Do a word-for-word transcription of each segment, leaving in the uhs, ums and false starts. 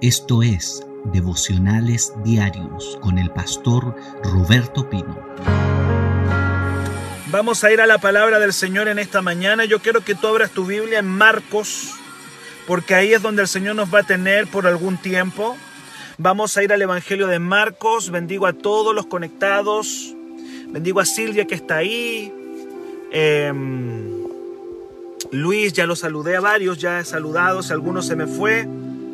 Esto es Devocionales Diarios con el pastor Roberto Pino. Vamos a ir a la palabra del Señor en esta mañana. Yo quiero que tú abras tu Biblia en Marcos, porque ahí es donde el Señor nos va a tener por algún tiempo. Vamos a ir al Evangelio de Marcos. Bendigo a todos los conectados. Bendigo a Silvia que está ahí. Eh, Luis, ya lo saludé a varios, ya he saludado. Si alguno se me fue,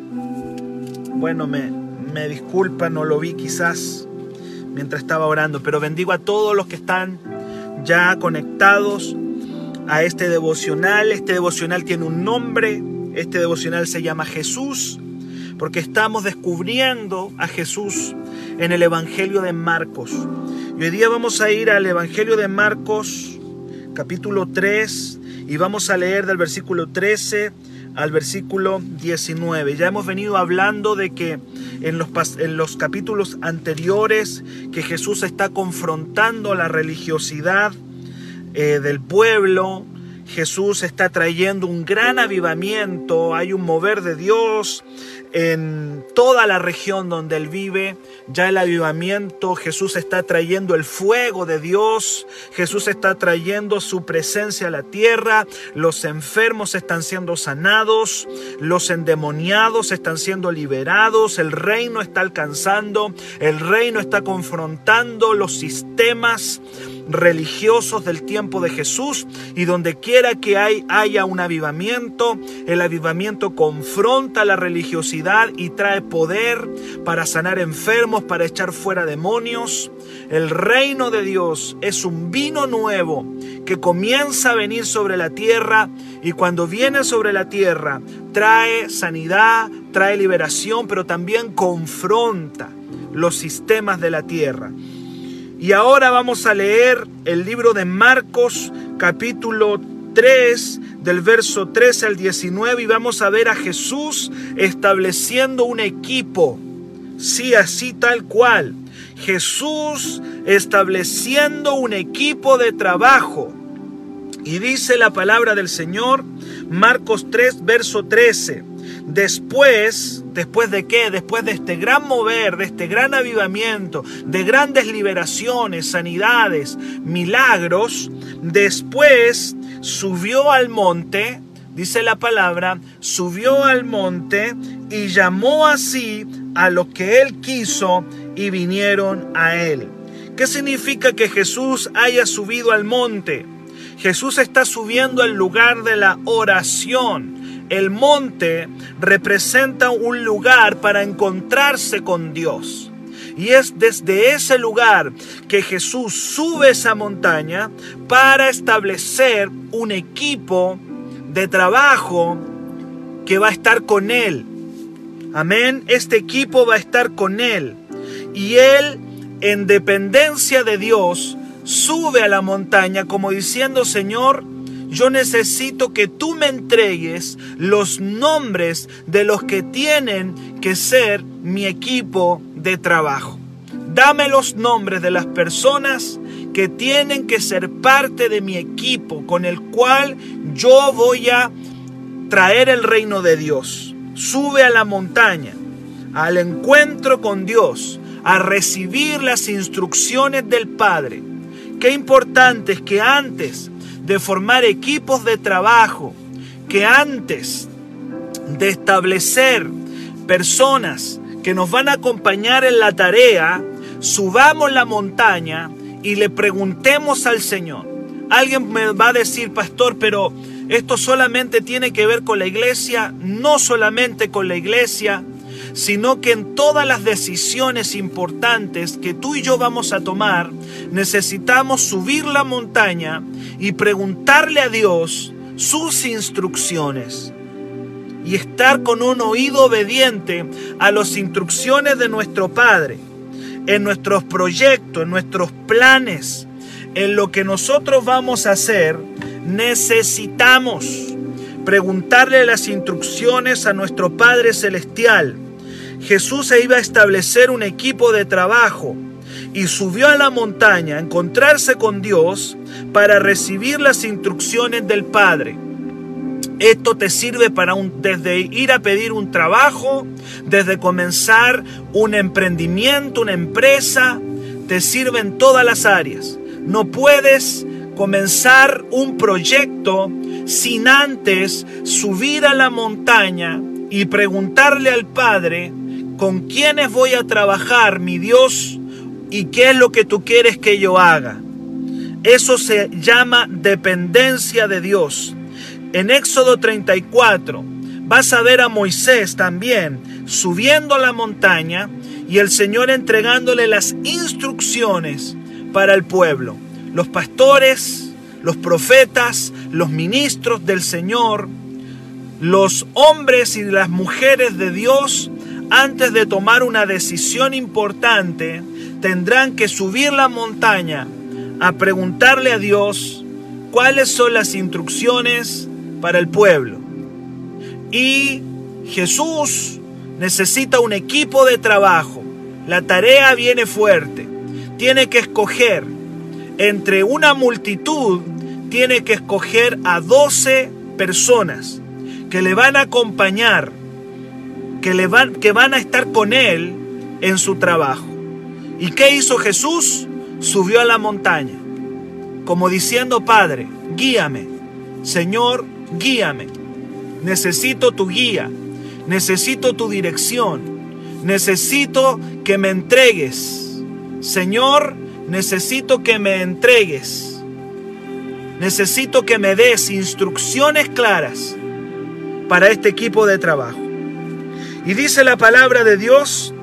bueno, me, me disculpa, no lo vi quizás mientras estaba orando. Pero bendigo a todos los que están ya conectados a este devocional. Este devocional tiene un nombre. Este devocional se llama Jesús, porque estamos descubriendo a Jesús en el Evangelio de Marcos. Y hoy día vamos a ir al Evangelio de Marcos, capítulo tres, y vamos a leer del versículo trece al versículo diecinueve. Ya hemos venido hablando de que en los, en los capítulos anteriores que Jesús está confrontando la religiosidad eh, del pueblo. Jesús está trayendo un gran avivamiento, hay un mover de Dios en toda la región donde Él vive. Ya el avivamiento, Jesús está trayendo el fuego de Dios, Jesús está trayendo su presencia a la tierra, los enfermos están siendo sanados, los endemoniados están siendo liberados, el reino está alcanzando, el reino está confrontando los sistemas religiosos del tiempo de Jesús, y donde quiera que hay, haya un avivamiento, el avivamiento confronta la religiosidad y trae poder para sanar enfermos, para echar fuera demonios. El reino de Dios es un vino nuevo que comienza a venir sobre la tierra, y cuando viene sobre la tierra trae sanidad, trae liberación, pero también confronta los sistemas de la tierra. Y ahora vamos a leer el libro de Marcos, capítulo tres, del verso trece al diecinueve, y vamos a ver a Jesús estableciendo un equipo. Sí, así tal cual. Jesús estableciendo un equipo de trabajo. Y dice la palabra del Señor, Marcos tres, verso trece. Después, ¿después de qué? Después de este gran mover, de este gran avivamiento, de grandes liberaciones, sanidades, milagros, después subió al monte, dice la palabra, subió al monte y llamó así a los que Él quiso y vinieron a Él. ¿Qué significa que Jesús haya subido al monte? Jesús está subiendo al lugar de la oración. El monte representa un lugar para encontrarse con Dios. Y es desde ese lugar que Jesús sube esa montaña para establecer un equipo de trabajo que va a estar con Él. Amén. Este equipo va a estar con Él. Y Él, en dependencia de Dios, sube a la montaña como diciendo: Señor, yo necesito que tú me entregues los nombres de los que tienen que ser mi equipo de trabajo. Dame los nombres de las personas que tienen que ser parte de mi equipo, con el cual yo voy a traer el reino de Dios. Sube a la montaña, al encuentro con Dios, a recibir las instrucciones del Padre. Qué importante es que antes de formar equipos de trabajo, que antes de establecer personas que nos van a acompañar en la tarea, subamos la montaña y le preguntemos al Señor. Alguien me va a decir: pastor, pero esto solamente tiene que ver con la iglesia. No solamente con la iglesia, sino que en todas las decisiones importantes que tú y yo vamos a tomar, necesitamos subir la montaña y preguntarle a Dios sus instrucciones y estar con un oído obediente a las instrucciones de nuestro Padre, en nuestros proyectos, en nuestros planes, en lo que nosotros vamos a hacer. Necesitamos preguntarle las instrucciones a nuestro Padre Celestial. Jesús se iba a establecer un equipo de trabajo y subió a la montaña a encontrarse con Dios para recibir las instrucciones del Padre. Esto te sirve para un, desde ir a pedir un trabajo, desde comenzar un emprendimiento, una empresa, te sirve en todas las áreas. No puedes comenzar un proyecto sin antes subir a la montaña y preguntarle al Padre con quiénes voy a trabajar, mi Dios, y qué es lo que tú quieres que yo haga. Eso se llama dependencia de Dios. En Éxodo treinta y cuatro vas a ver a Moisés también subiendo a la montaña y el Señor entregándole las instrucciones para el pueblo. Los pastores, los profetas, los ministros del Señor, los hombres y las mujeres de Dios, antes de tomar una decisión importante, tendrán que subir la montaña a preguntarle a Dios cuáles son las instrucciones para el pueblo. Y Jesús necesita un equipo de trabajo. La tarea viene fuerte. Tiene que escoger entre una multitud, tiene que escoger a doce personas que le van a acompañar, que, le van, que van a estar con él en su trabajo. ¿Y qué hizo Jesús? Subió a la montaña, como diciendo: Padre, guíame. Señor, guíame. Necesito tu guía. Necesito tu dirección. Necesito que me entregues. Señor, necesito que me entregues. Necesito que me des instrucciones claras para este equipo de trabajo. Y dice la palabra de Dios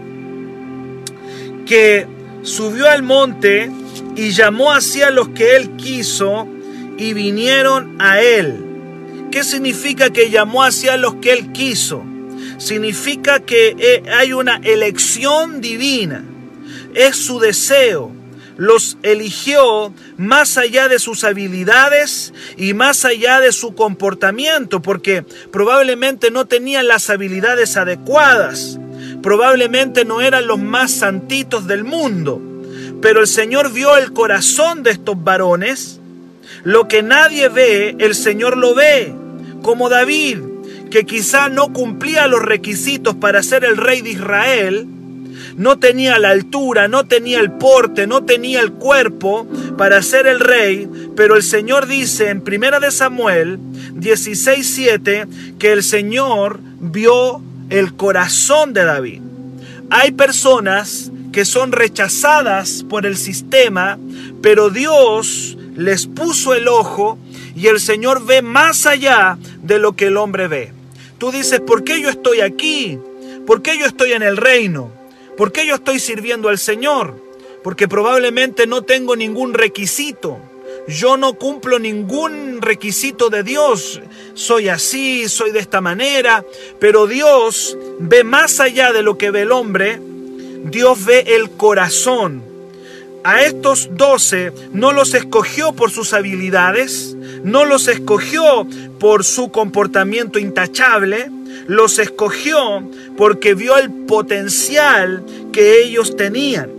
que subió al monte y llamó hacia los que él quiso y vinieron a él. ¿Qué significa que llamó hacia los que él quiso? Significa que hay una elección divina. Es su deseo. Los eligió más allá de sus habilidades y más allá de su comportamiento, porque probablemente no tenían las habilidades adecuadas. Probablemente no eran los más santitos del mundo. Pero el Señor vio el corazón de estos varones. Lo que nadie ve, el Señor lo ve. Como David, que quizá no cumplía los requisitos para ser el rey de Israel. No tenía la altura, no tenía el porte, no tenía el cuerpo para ser el rey. Pero el Señor dice en Primera de Samuel dieciséis siete que el Señor vio el corazón de David. Hay personas que son rechazadas por el sistema, pero Dios les puso el ojo y el Señor ve más allá de lo que el hombre ve. Tú dices: ¿por qué yo estoy aquí? ¿Por qué yo estoy en el reino? ¿Por qué yo estoy sirviendo al Señor? Porque probablemente no tengo ningún requisito. Yo no cumplo ningún requisito de Dios. Soy así, soy de esta manera. Pero Dios ve más allá de lo que ve el hombre. Dios ve el corazón. A estos doce no los escogió por sus habilidades, no los escogió por su comportamiento intachable, los escogió porque vio el potencial que ellos tenían.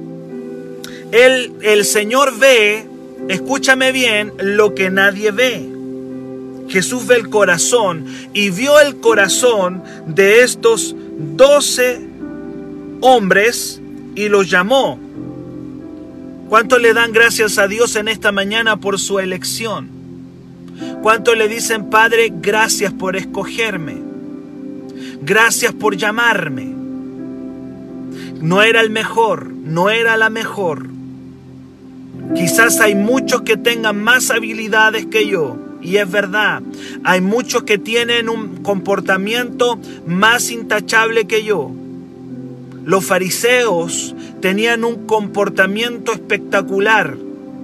El, el Señor ve, escúchame bien, lo que nadie ve. Jesús ve el corazón y vio el corazón de estos doce hombres y los llamó. ¿Cuánto le dan gracias a Dios en esta mañana por su elección? ¿Cuánto le dicen: Padre, gracias por escogerme? Gracias por llamarme. No era el mejor, no era la mejor. Quizás hay muchos que tengan más habilidades que yo. Y es verdad, hay muchos que tienen un comportamiento más intachable que yo. Los fariseos tenían un comportamiento espectacular.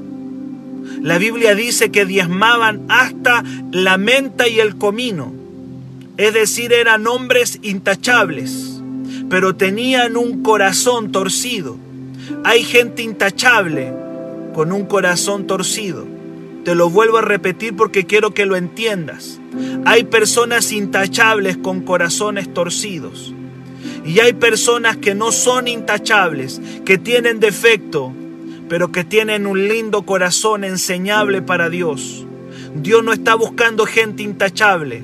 La Biblia dice que diezmaban hasta la menta y el comino. Es decir, eran hombres intachables, pero tenían un corazón torcido. Hay gente intachable con un corazón torcido. Te lo vuelvo a repetir porque quiero que lo entiendas. Hay personas intachables con corazones torcidos. Y hay personas que no son intachables, que tienen defecto, pero que tienen un lindo corazón enseñable para Dios. Dios no está buscando gente intachable.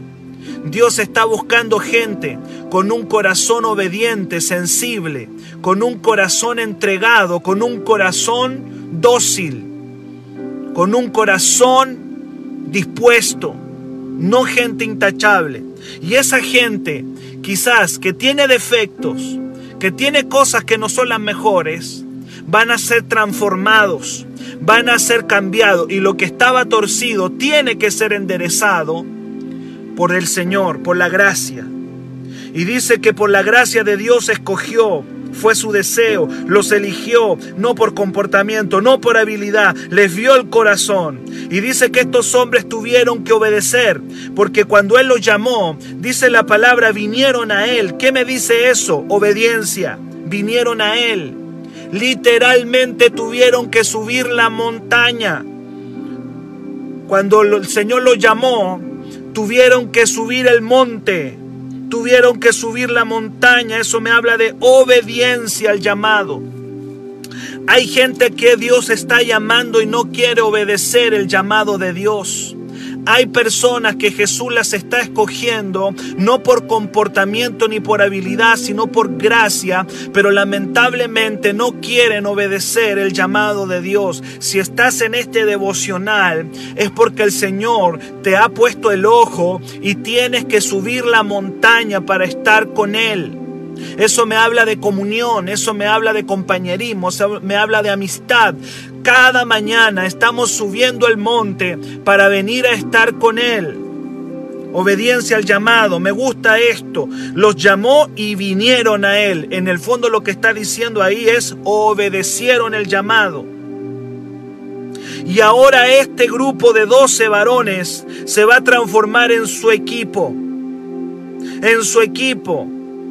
Dios está buscando gente con un corazón obediente, sensible, con un corazón entregado, con un corazón dócil, con un corazón dispuesto, no gente intachable. Y esa gente, quizás que tiene defectos, que tiene cosas que no son las mejores, van a ser transformados, van a ser cambiados, y lo que estaba torcido tiene que ser enderezado por el Señor, por la gracia. Y dice que por la gracia de Dios escogió, fue su deseo, los eligió, no por comportamiento, no por habilidad, les vio el corazón. Y dice que estos hombres tuvieron que obedecer, porque cuando Él los llamó, dice la palabra, vinieron a Él. ¿Qué me dice eso? Obediencia. Vinieron a Él. Literalmente tuvieron que subir la montaña. Cuando el Señor los llamó, tuvieron que subir el monte. Tuvieron que subir la montaña. Eso me habla de obediencia al llamado. Hay gente que Dios está llamando y no quiere obedecer el llamado de Dios. Hay personas que Jesús las está escogiendo no por comportamiento ni por habilidad, sino por gracia, pero lamentablemente no quieren obedecer el llamado de Dios. Si estás en este devocional es porque el Señor te ha puesto el ojo y tienes que subir la montaña para estar con Él. Eso me habla de comunión, eso me habla de compañerismo, eso me habla de amistad. Cada mañana estamos subiendo el monte para venir a estar con Él. Obediencia al llamado, me gusta esto. Los llamó y vinieron a Él. En el fondo lo que está diciendo ahí es obedecieron el llamado. Y ahora este grupo de doce varones se va a transformar en su equipo. En su equipo.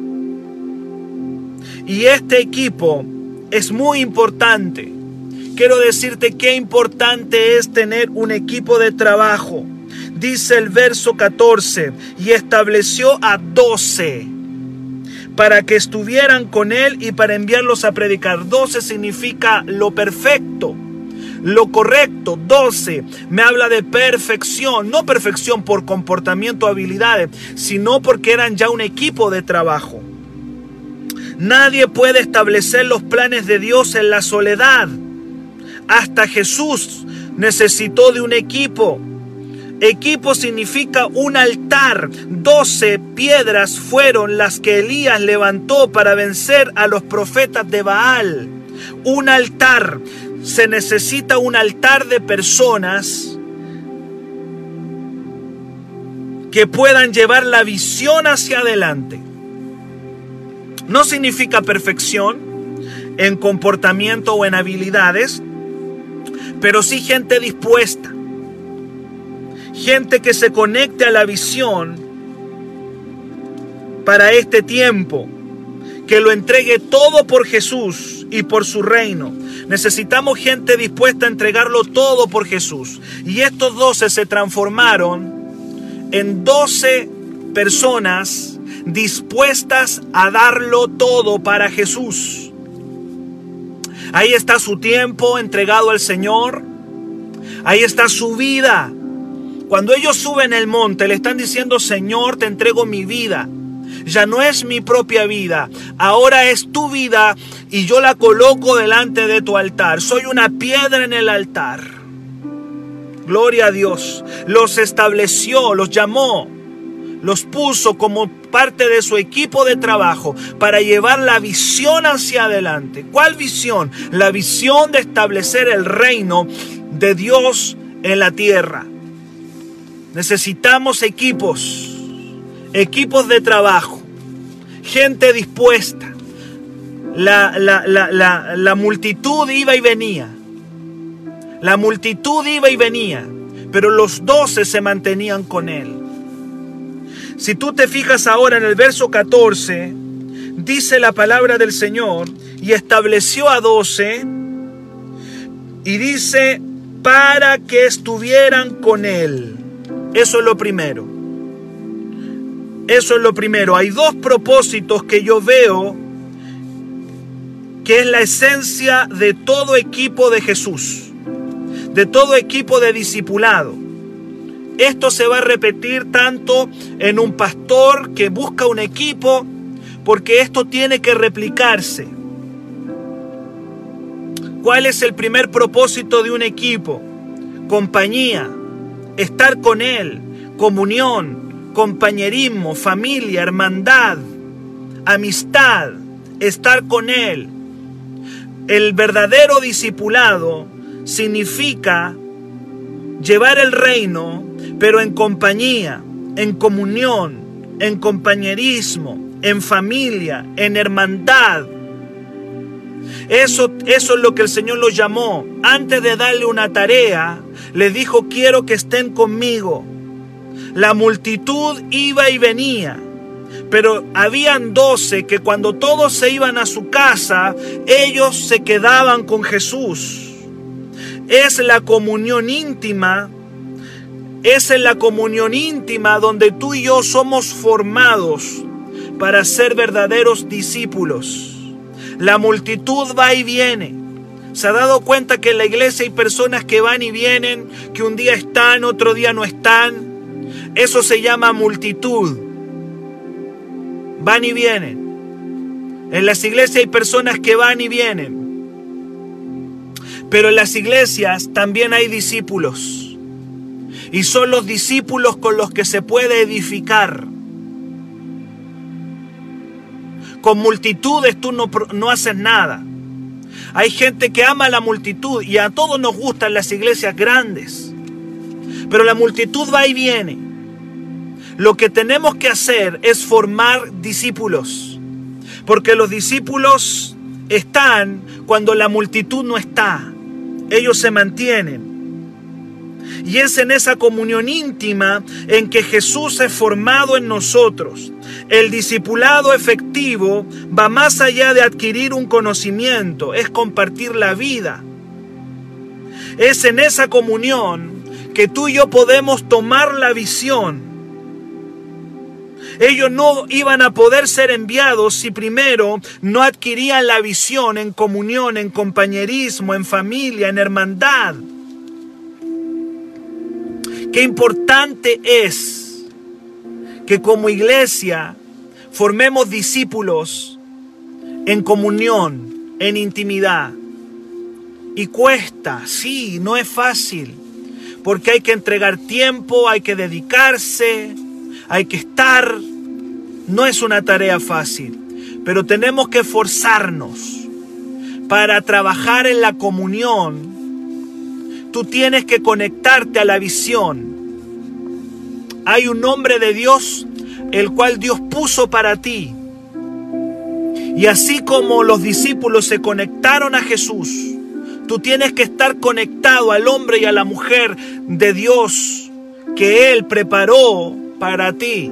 Y este equipo es muy importante. Quiero decirte qué importante es tener un equipo de trabajo. Dice el verso catorce, y estableció a doce para que estuvieran con él y para enviarlos a predicar. Doce significa lo perfecto, lo correcto. Doce me habla de perfección, no perfección por comportamiento o habilidades, sino porque eran ya un equipo de trabajo. Nadie puede establecer los planes de Dios en la soledad. Hasta Jesús necesitó de un equipo. Equipo significa un altar. Doce piedras fueron las que Elías levantó para vencer a los profetas de Baal. Un altar. Se necesita un altar de personas que puedan llevar la visión hacia adelante. No significa perfección en comportamiento o en habilidades, pero sí gente dispuesta. Gente que se conecte a la visión para este tiempo, que lo entregue todo por Jesús y por su reino. Necesitamos gente dispuesta a entregarlo todo por Jesús. Y estos doce se transformaron en doce personas dispuestas a darlo todo para Jesús. Ahí está su tiempo entregado al Señor. Ahí está su vida. Cuando ellos suben el monte, le están diciendo: Señor, te entrego mi vida. Ya no es mi propia vida, ahora es tu vida y yo la coloco delante de tu altar. Soy una piedra en el altar. Gloria a Dios. Los estableció, los llamó, los puso como parte de su equipo de trabajo para llevar la visión hacia adelante. ¿Cuál visión? La visión de establecer el reino de Dios en la tierra. Necesitamos equipos, equipos de trabajo, gente dispuesta. La, la, la, la, la multitud iba y venía. La multitud iba y venía, pero los doce se mantenían con él. Si tú te fijas ahora en el verso catorce, dice la palabra del Señor, y estableció a doce, y dice, para que estuvieran con él. Eso es lo primero. Eso es lo primero. Hay dos propósitos que yo veo que es la esencia de todo equipo de Jesús, de todo equipo de discipulado. Esto se va a repetir tanto en un pastor que busca un equipo, porque esto tiene que replicarse. ¿Cuál es el primer propósito de un equipo? Compañía, estar con él, comunión, compañerismo, familia, hermandad, amistad, estar con él. El verdadero discipulado significa llevar el reino, pero en compañía, en comunión, en compañerismo, en familia, en hermandad. Eso, eso es lo que el Señor los llamó. Antes de darle una tarea, les dijo: quiero que estén conmigo. La multitud iba y venía, pero habían doce que cuando todos se iban a su casa, ellos se quedaban con Jesús. Es la comunión íntima, es en la comunión íntima donde tú y yo somos formados para ser verdaderos discípulos. La multitud va y viene. ¿Se ha dado cuenta que en la iglesia hay personas que van y vienen, que un día están, otro día no están? Eso se llama multitud. Van y vienen. En las iglesias hay personas que van y vienen. Pero en las iglesias también hay discípulos. Y son los discípulos con los que se puede edificar. Con multitudes tú no, no haces nada. Hay gente que ama la multitud y a todos nos gustan las iglesias grandes. Pero la multitud va y viene. Lo que tenemos que hacer es formar discípulos. Porque los discípulos están cuando la multitud no está. Ellos se mantienen. Y es en esa comunión íntima en que Jesús es formado en nosotros. El discipulado efectivo va más allá de adquirir un conocimiento, es compartir la vida. Es en esa comunión que tú y yo podemos tomar la visión. Ellos no iban a poder ser enviados si primero no adquirían la visión en comunión, en compañerismo, en familia, en hermandad. Qué importante es que como iglesia formemos discípulos en comunión, en intimidad. Y cuesta, sí, no es fácil, porque hay que entregar tiempo, hay que dedicarse, hay que estar. No es una tarea fácil, pero tenemos que esforzarnos para trabajar en la comunión. Tú tienes que conectarte a la visión. Hay un hombre de Dios, el cual Dios puso para ti. Y así como los discípulos se conectaron a Jesús, tú tienes que estar conectado al hombre y a la mujer de Dios que Él preparó para ti.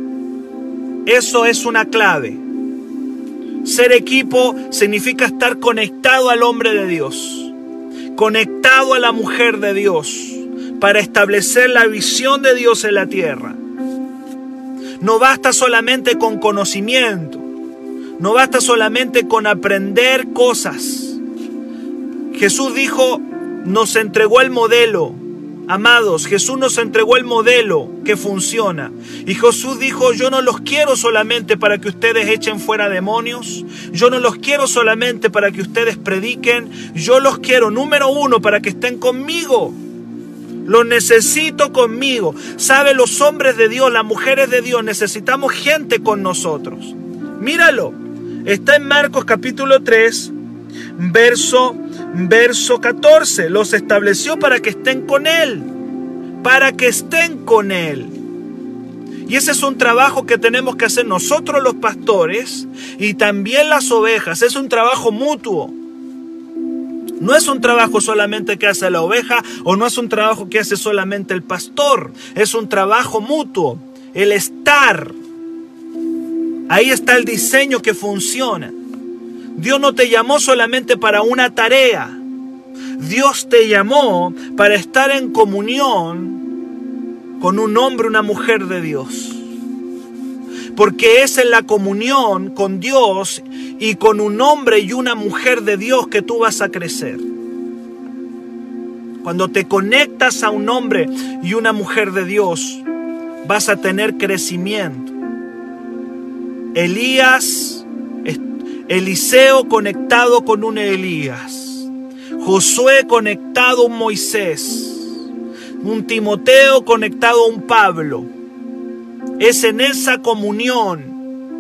Eso es una clave. Ser equipo significa estar conectado al hombre de Dios, conectado a la mujer de Dios, para establecer la visión de Dios en la tierra. No basta solamente con conocimiento, no basta solamente con aprender cosas. Jesús dijo, nos entregó el modelo. Amados, Jesús nos entregó el modelo que funciona. Y Jesús dijo, yo no los quiero solamente para que ustedes echen fuera demonios. Yo no los quiero solamente para que ustedes prediquen. Yo los quiero, número uno, para que estén conmigo. Los necesito conmigo. ¿Sabe? Los hombres de Dios, las mujeres de Dios, necesitamos gente con nosotros. Míralo. Está en Marcos capítulo tres, verso, verso catorce. Los estableció para que estén con Él. Para que estén con Él. Y ese es un trabajo que tenemos que hacer nosotros los pastores y también las ovejas. Es un trabajo mutuo. No es un trabajo solamente que hace la oveja o no es un trabajo que hace solamente el pastor. Es un trabajo mutuo. El estar. Ahí está el diseño que funciona. Dios no te llamó solamente para una tarea. Dios te llamó para estar en comunión con un hombre, una mujer de Dios. Porque es en la comunión con Dios y con un hombre y una mujer de Dios que tú vas a crecer. Cuando te conectas a un hombre y una mujer de Dios, vas a tener crecimiento. Elías, Eliseo conectado con un Elías, Josué conectado a un Moisés, un Timoteo conectado a un Pablo. Es en esa comunión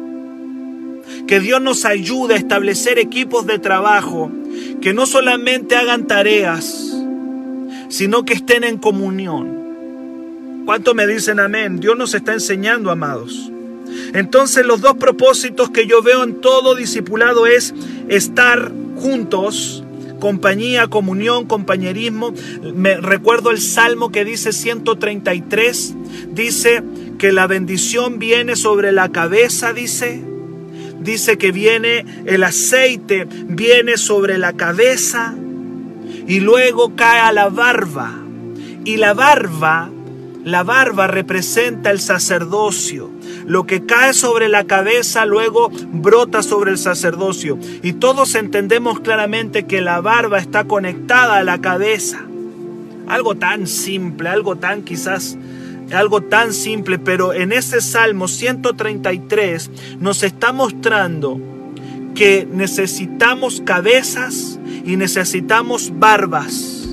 que Dios nos ayuda a establecer equipos de trabajo que no solamente hagan tareas, sino que estén en comunión. ¿Cuánto me dicen amén? Dios nos está enseñando, amados. Entonces, los dos propósitos que yo veo en todo discipulado es estar juntos, compañía, comunión, compañerismo. Me recuerdo el salmo que dice ciento treinta y tres, dice que la bendición viene sobre la cabeza, dice, dice que viene el aceite, viene sobre la cabeza y luego cae a la barba. Y la barba, la barba representa el sacerdocio. Lo que cae sobre la cabeza luego brota sobre el sacerdocio. Y todos entendemos claramente que la barba está conectada a la cabeza. Algo tan simple, algo tan quizás, algo tan simple, pero en ese Salmo ciento treinta y tres nos está mostrando que necesitamos cabezas y necesitamos barbas.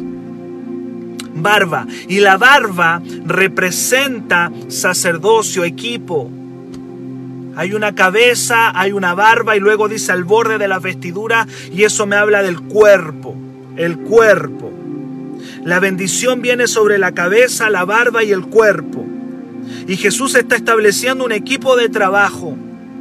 Barba. Y la barba representa sacerdocio, equipo. Hay una cabeza, hay una barba y luego dice al borde de la vestidura, y eso me habla del cuerpo, el cuerpo. La bendición viene sobre la cabeza, la barba y el cuerpo. Y Jesús está estableciendo un equipo de trabajo,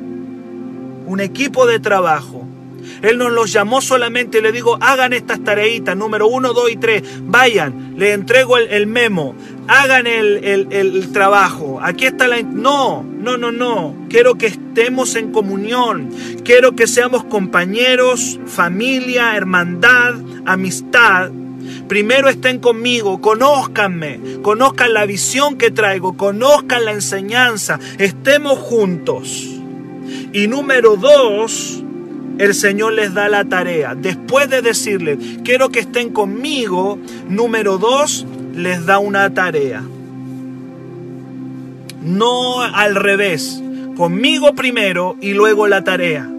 un equipo de trabajo. Él nos los llamó solamente, le digo, hagan estas tareitas, número uno, dos y tres, vayan, le entrego el, el memo, hagan el, el, el trabajo, aquí está la... No, no, no, no, quiero que estemos en comunión, quiero que seamos compañeros, familia, hermandad, amistad. Primero estén conmigo, conózcanme, conozcan la visión que traigo, conozcan la enseñanza, estemos juntos. Y número dos, el Señor les da la tarea. Después de decirles, quiero que estén conmigo, número dos, les da una tarea. No al revés, conmigo primero y luego la tarea.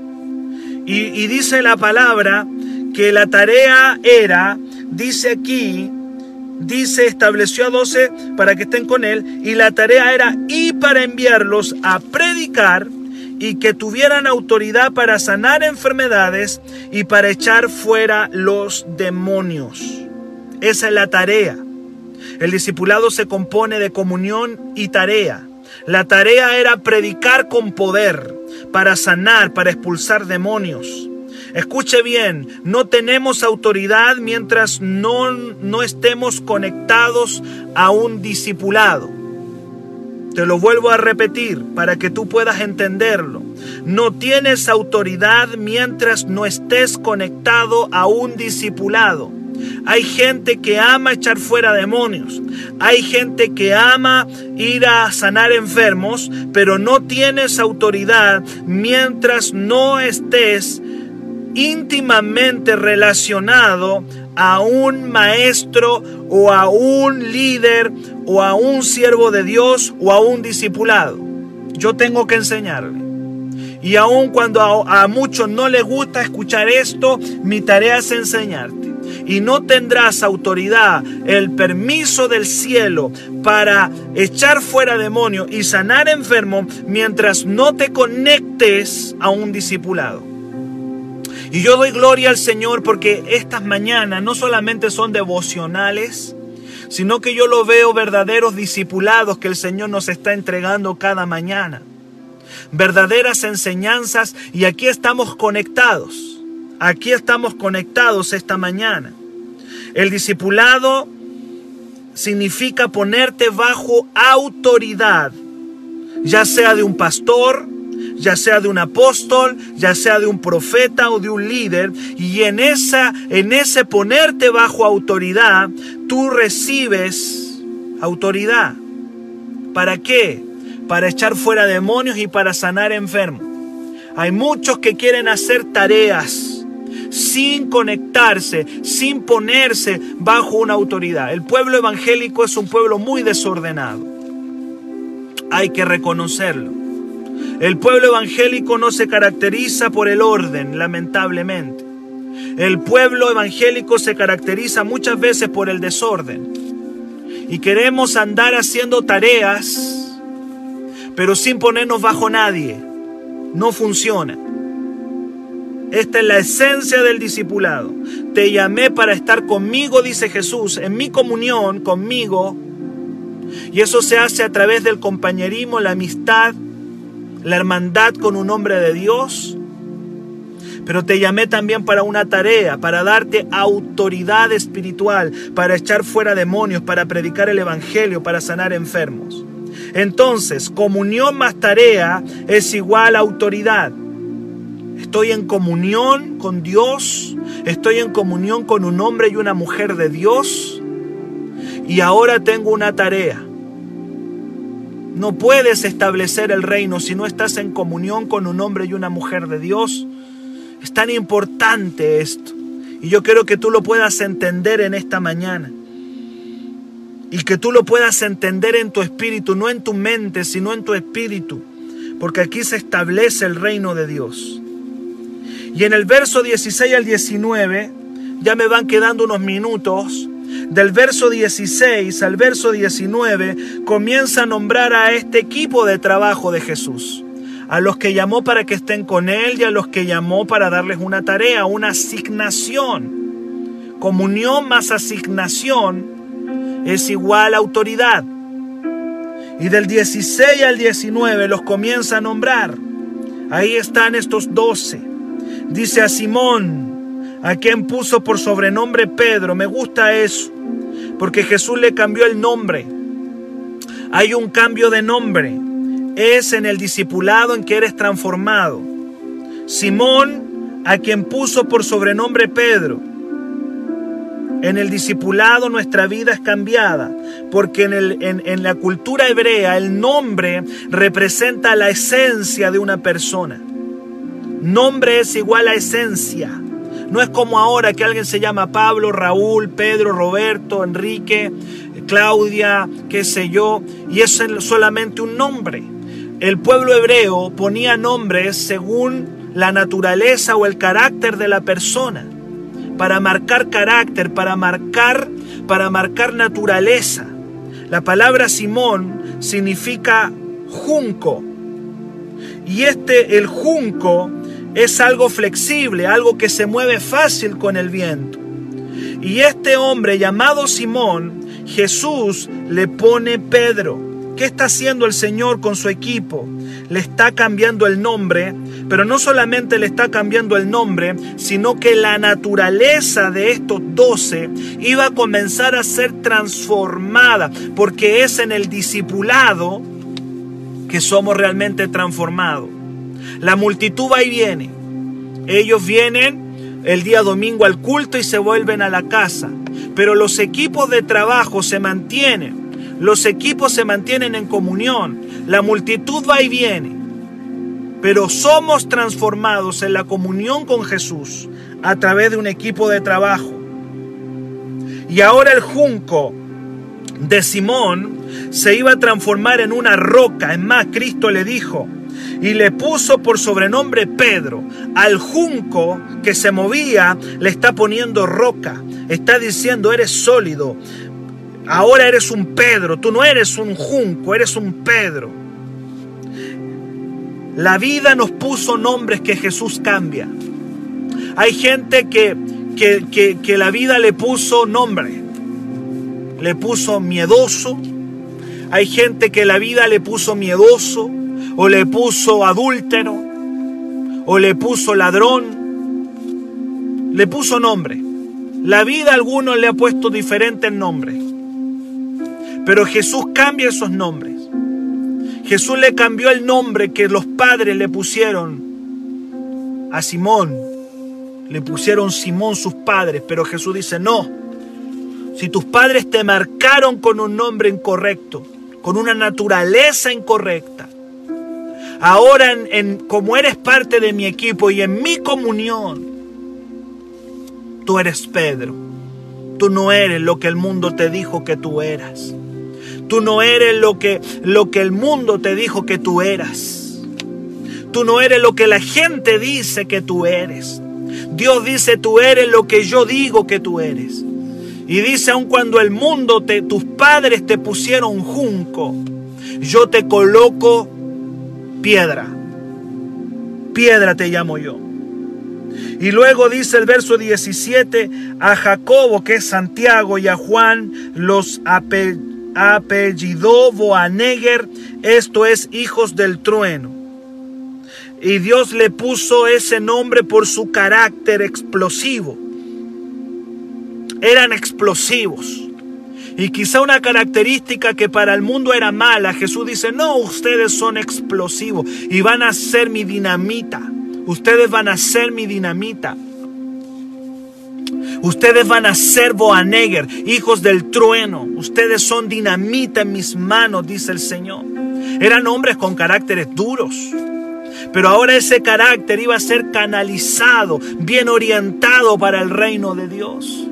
Y, y dice la palabra que la tarea era, dice aquí, dice, estableció a doce para que estén con él, y la tarea era y para enviarlos a predicar y que tuvieran autoridad para sanar enfermedades y para echar fuera los demonios. Esa es la tarea. El discipulado se compone de comunión y tarea. La tarea era predicar con poder, para sanar, para expulsar demonios. Escuche bien, no tenemos autoridad mientras no, no estemos conectados a un discipulado. Te lo vuelvo a repetir para que tú puedas entenderlo. No tienes autoridad mientras no estés conectado a un discipulado. Hay gente que ama echar fuera demonios. Hay gente que ama ir a sanar enfermos, pero no tienes autoridad mientras no estés íntimamente relacionado a un maestro o a un líder o a un siervo de Dios o a un discipulado. Yo tengo que enseñarle. Y aun cuando a, a muchos no les gusta escuchar esto, mi tarea es enseñarte. Y no tendrás autoridad, el permiso del cielo para echar fuera demonios y sanar enfermos mientras no te conectes a un discipulado. Y yo doy gloria al Señor porque estas mañanas no solamente son devocionales, sino que yo lo veo verdaderos discipulados que el Señor nos está entregando cada mañana. Verdaderas enseñanzas, y aquí estamos conectados. Aquí estamos conectados esta mañana. El discipulado significa ponerte bajo autoridad, ya sea de un pastor, ya sea de un apóstol, ya sea de un profeta o de un líder, y en esa, en ese ponerte bajo autoridad, tú recibes autoridad. ¿Para qué? Para echar fuera demonios y para sanar enfermos. Hay muchos que quieren hacer tareas, sin conectarse, sin ponerse bajo una autoridad. El pueblo evangélico es un pueblo muy desordenado. Hay que reconocerlo. El pueblo evangélico no se caracteriza por el orden, lamentablemente. El pueblo evangélico se caracteriza muchas veces por el desorden. Y queremos andar haciendo tareas, pero sin ponernos bajo nadie. No funciona. Esta es la esencia del discipulado. Te llamé para estar conmigo, dice Jesús, en mi comunión conmigo. Y eso se hace a través del compañerismo, la amistad, la hermandad con un hombre de Dios. Pero te llamé también para una tarea, para darte autoridad espiritual, para echar fuera demonios, para predicar el evangelio, para sanar enfermos. Entonces, comunión más tarea es igual a autoridad. Estoy en comunión con Dios, estoy en comunión con un hombre y una mujer de Dios, y ahora tengo una tarea. No puedes establecer el reino si no estás en comunión con un hombre y una mujer de Dios. Es tan importante esto, y yo quiero que tú lo puedas entender en esta mañana, y que tú lo puedas entender en tu espíritu, no en tu mente, sino en tu espíritu, porque aquí se establece el reino de Dios. Y en el verso dieciséis al diecinueve, ya me van quedando unos minutos, del verso dieciséis al verso diecinueve, comienza a nombrar a este equipo de trabajo de Jesús, a los que llamó para que estén con Él y a los que llamó para darles una tarea, una asignación. Comunión más asignación es igual a autoridad. Y del dieciséis al diecinueve los comienza a nombrar. Ahí están estos doce. Dice a Simón, a quien puso por sobrenombre Pedro. Me gusta eso, porque Jesús le cambió el nombre. Hay un cambio de nombre. Es en el discipulado en que eres transformado. Simón, a quien puso por sobrenombre Pedro. En el discipulado nuestra vida es cambiada, porque en, el, en, en la cultura hebrea el nombre representa la esencia de una persona. Nombre es igual a esencia. No es como ahora que alguien se llama Pablo, Raúl, Pedro, Roberto, Enrique, Claudia, qué sé yo, y eso es solamente un nombre. El pueblo hebreo ponía nombres según la naturaleza o el carácter de la persona, para marcar carácter, para marcar, para marcar naturaleza. La palabra Simón significa junco, y este, el junco, es algo flexible, algo que se mueve fácil con el viento. Y este hombre llamado Simón, Jesús le pone Pedro. ¿Qué está haciendo el Señor con su equipo? Le está cambiando el nombre, pero no solamente le está cambiando el nombre, sino que la naturaleza de estos doce iba a comenzar a ser transformada, porque es en el discipulado que somos realmente transformados. La multitud va y viene. Ellos vienen el día domingo al culto y se vuelven a la casa. Pero los equipos de trabajo se mantienen. Los equipos se mantienen en comunión. La multitud va y viene. Pero somos transformados en la comunión con Jesús a través de un equipo de trabajo. Y ahora el junco de Simón se iba a transformar en una roca. Es más, Cristo le dijo, y le puso por sobrenombre Pedro. Al junco que se movía le está poniendo roca. Está diciendo, eres sólido. Ahora eres un Pedro. Tú no eres un junco, eres un Pedro. La vida nos puso nombres que Jesús cambia. Hay gente que, que, que, que la vida le puso nombre. Le puso miedoso. Hay gente que la vida le puso miedoso. O le puso adúltero, o le puso ladrón, le puso nombre. La vida a algunos le ha puesto diferentes nombres, pero Jesús cambia esos nombres. Jesús le cambió el nombre que los padres le pusieron a Simón. Le pusieron Simón sus padres, pero Jesús dice, no. Si tus padres te marcaron con un nombre incorrecto, con una naturaleza incorrecta, ahora, en, en, como eres parte de mi equipo y en mi comunión, tú eres Pedro. Tú no eres lo que el mundo te dijo que tú eras. Tú no eres lo que, lo que el mundo te dijo que tú eras. Tú no eres lo que la gente dice que tú eres. Dios dice, tú eres lo que yo digo que tú eres. Y dice, aun cuando el mundo, te, tus padres te pusieron junco, yo te coloco piedra. Piedra te llamo yo. Y luego dice el verso diecisiete, a Jacobo, que es Santiago, y a Juan los ape, apellidó Boaneger, esto es, hijos del trueno. Y Dios le puso ese nombre por su carácter explosivo. Eran explosivos. Y quizá una característica que para el mundo era mala. Jesús dice, no, ustedes son explosivos y van a ser mi dinamita. Ustedes van a ser mi dinamita. Ustedes van a ser Boaneger, hijos del trueno. Ustedes son dinamita en mis manos, dice el Señor. Eran hombres con caracteres duros. Pero ahora ese carácter iba a ser canalizado, bien orientado para el reino de Dios.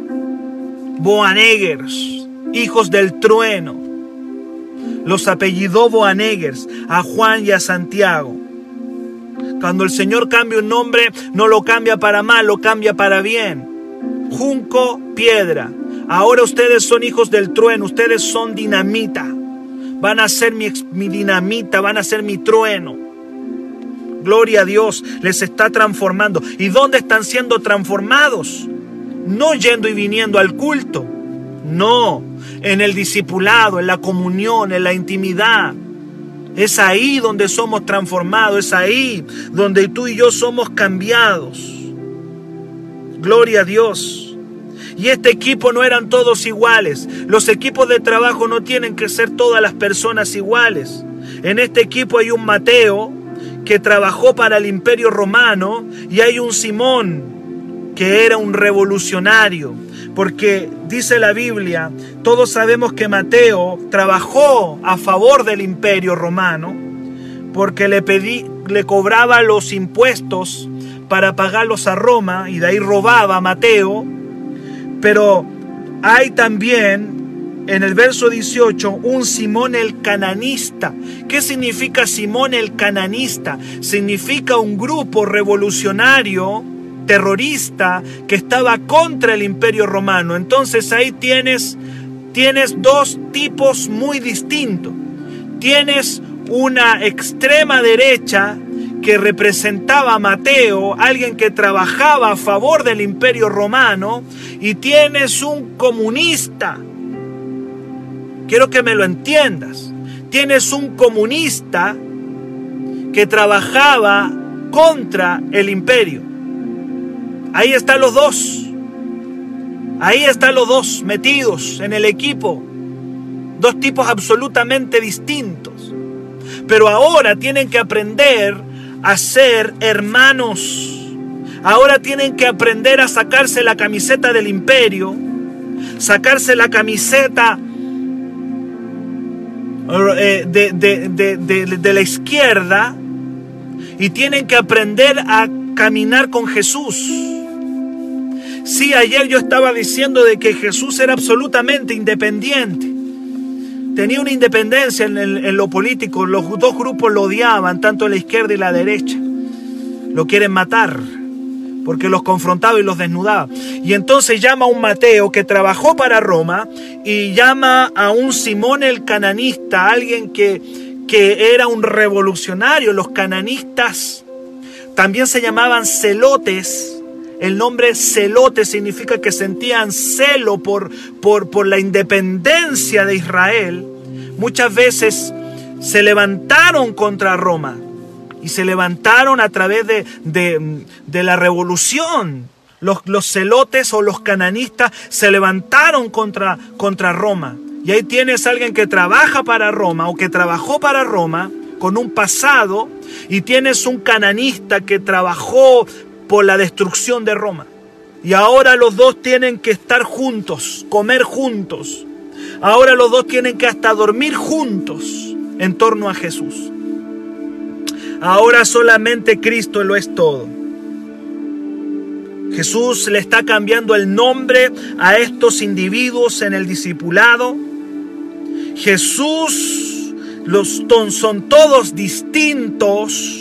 Boanegers, hijos del trueno. Los apellidó Boanegers a Juan y a Santiago. Cuando el Señor cambia un nombre, no lo cambia para mal, lo cambia para bien. Junco, piedra. Ahora ustedes son hijos del trueno, ustedes son dinamita. Van a ser mi, mi dinamita, van a ser mi trueno. Gloria a Dios, les está transformando. ¿Y dónde están siendo transformados? No yendo y viniendo al culto. No, en el discipulado, en la comunión, en la intimidad. Es ahí donde somos transformados, es ahí donde tú y yo somos cambiados. Gloria a Dios. Y este equipo no eran todos iguales. Los equipos de trabajo no tienen que ser todas las personas iguales. En este equipo hay un Mateo que trabajó para el Imperio Romano y hay un Simón que era un revolucionario. Porque dice la Biblia, todos sabemos que Mateo trabajó a favor del Imperio Romano porque le, pedí, le cobraba los impuestos para pagarlos a Roma y de ahí robaba a Mateo. Pero hay también en el verso dieciocho un Simón el cananista. ¿Qué significa Simón el cananista? Significa un grupo revolucionario terrorista que estaba contra el Imperio Romano. Entonces ahí tienes, tienes dos tipos muy distintos. Tienes una extrema derecha que representaba a Mateo, alguien que trabajaba a favor del Imperio Romano, y tienes un comunista. Quiero que me lo entiendas. Tienes un comunista que trabajaba contra el imperio. Ahí están los dos. Ahí están los dos metidos en el equipo. Dos tipos absolutamente distintos. Pero ahora tienen que aprender a ser hermanos. Ahora tienen que aprender a sacarse la camiseta del imperio, sacarse la camiseta de, de, de, de, de la izquierda, y tienen que aprender a caminar con Jesús. Sí, ayer yo estaba diciendo de que Jesús era absolutamente independiente. Tenía una independencia en, el, en lo político. Los dos grupos lo odiaban, tanto la izquierda y la derecha. Lo quieren matar porque los confrontaba y los desnudaba. Y entonces llama a un Mateo que trabajó para Roma y llama a un Simón el cananista, alguien que, que era un revolucionario. Los cananistas también se llamaban celotes. El nombre celote significa que sentían celo por, por, por la independencia de Israel. Muchas veces se levantaron contra Roma y se levantaron a través de, de, de la revolución. Los, los celotes o los cananistas se levantaron contra, contra Roma. Y ahí tienes a alguien que trabaja para Roma o que trabajó para Roma con un pasado, y tienes un cananista que trabajó por la destrucción de Roma. Y ahora los dos tienen que estar juntos, comer juntos. Ahora los dos tienen que hasta dormir juntos en torno a Jesús. Ahora solamente Cristo lo es todo. Jesús le está cambiando el nombre a estos individuos en el discipulado. Jesús, los son todos distintos.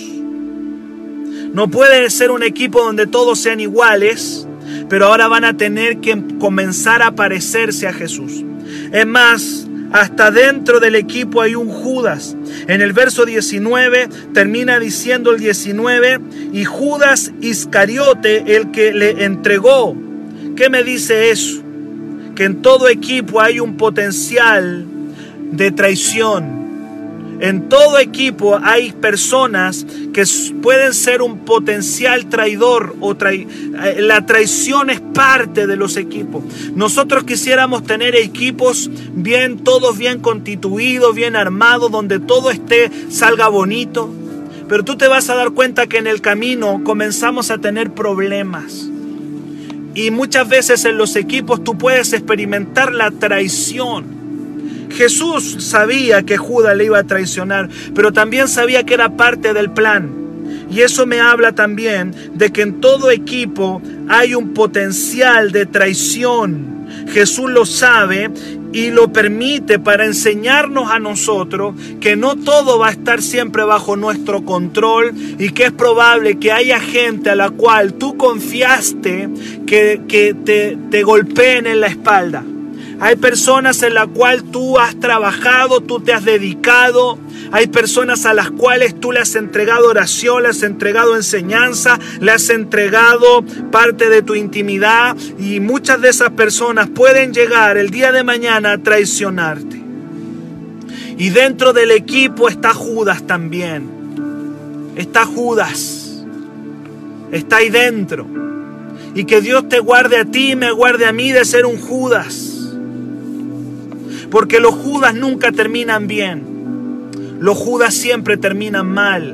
No puede ser un equipo donde todos sean iguales, pero ahora van a tener que comenzar a parecerse a Jesús. Es más, hasta dentro del equipo hay un Judas. En el verso diecinueve termina diciendo el diecinueve, y Judas Iscariote, el que le entregó. ¿Qué me dice eso? Que en todo equipo hay un potencial de traición. En todo equipo hay personas que pueden ser un potencial traidor o trai- la traición es parte de los equipos. Nosotros quisiéramos tener equipos bien, todos bien constituidos, bien armados, donde todo esté, salga bonito. Pero tú te vas a dar cuenta que en el camino comenzamos a tener problemas. Y muchas veces en los equipos tú puedes experimentar la traición. Jesús sabía que Judas le iba a traicionar, pero también sabía que era parte del plan. Y eso me habla también de que en todo equipo hay un potencial de traición. Jesús lo sabe y lo permite para enseñarnos a nosotros que no todo va a estar siempre bajo nuestro control y que es probable que haya gente a la cual tú confiaste que, que te, te golpeen en la espalda. Hay personas en las cuales tú has trabajado, tú te has dedicado. Hay personas a las cuales tú le has entregado oración, le has entregado enseñanza, le has entregado parte de tu intimidad. Y muchas de esas personas pueden llegar el día de mañana a traicionarte. Y dentro del equipo está Judas también. Está Judas. Está ahí dentro. Y que Dios te guarde a ti y me guarde a mí de ser un Judas. Porque los Judas nunca terminan bien. Los Judas siempre terminan mal.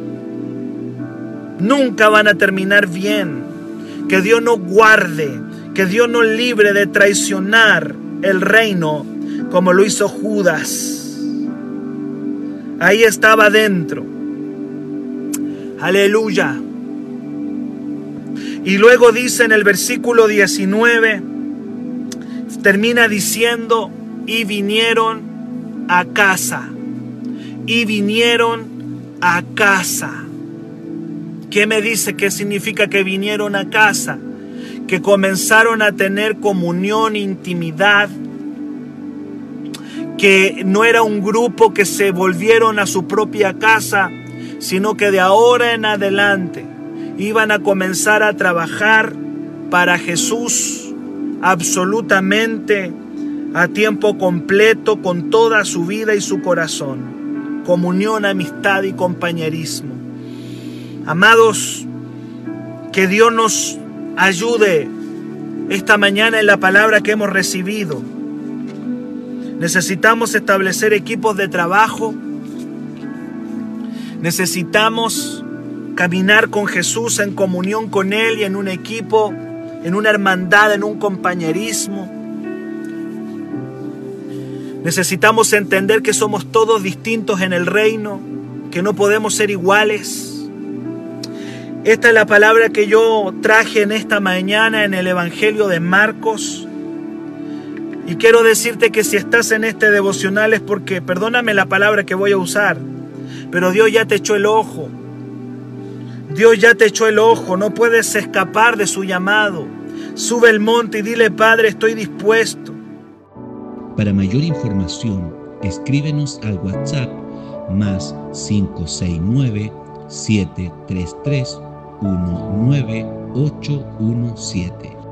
Nunca van a terminar bien. Que Dios nos guarde. Que Dios nos libre de traicionar el reino como lo hizo Judas. Ahí estaba dentro. Aleluya. Y luego dice en el versículo diecinueve, termina diciendo, y vinieron a casa. Y vinieron a casa. ¿Qué me dice? ¿Qué significa que vinieron a casa? Que comenzaron a tener comunión, intimidad. Que no era un grupo que se volvieron a su propia casa, sino que de ahora en adelante iban a comenzar a trabajar para Jesús absolutamente a tiempo completo, con toda su vida y su corazón. Comunión, amistad y compañerismo. Amados, que Dios nos ayude esta mañana en la palabra que hemos recibido. Necesitamos establecer equipos de trabajo. Necesitamos caminar con Jesús en comunión con Él y en un equipo, en una hermandad, en un compañerismo. Necesitamos entender que somos todos distintos en el reino, que no podemos ser iguales. Esta es la palabra que yo traje en esta mañana en el Evangelio de Marcos. Y quiero decirte que si estás en este devocional es porque, perdóname la palabra que voy a usar, pero Dios ya te echó el ojo. Dios ya te echó el ojo, no puedes escapar de su llamado. Sube el monte y dile, Padre, estoy dispuesto. Para mayor información, escríbenos al WhatsApp más cinco seis nueve, siete tres tres, uno nueve ocho uno siete.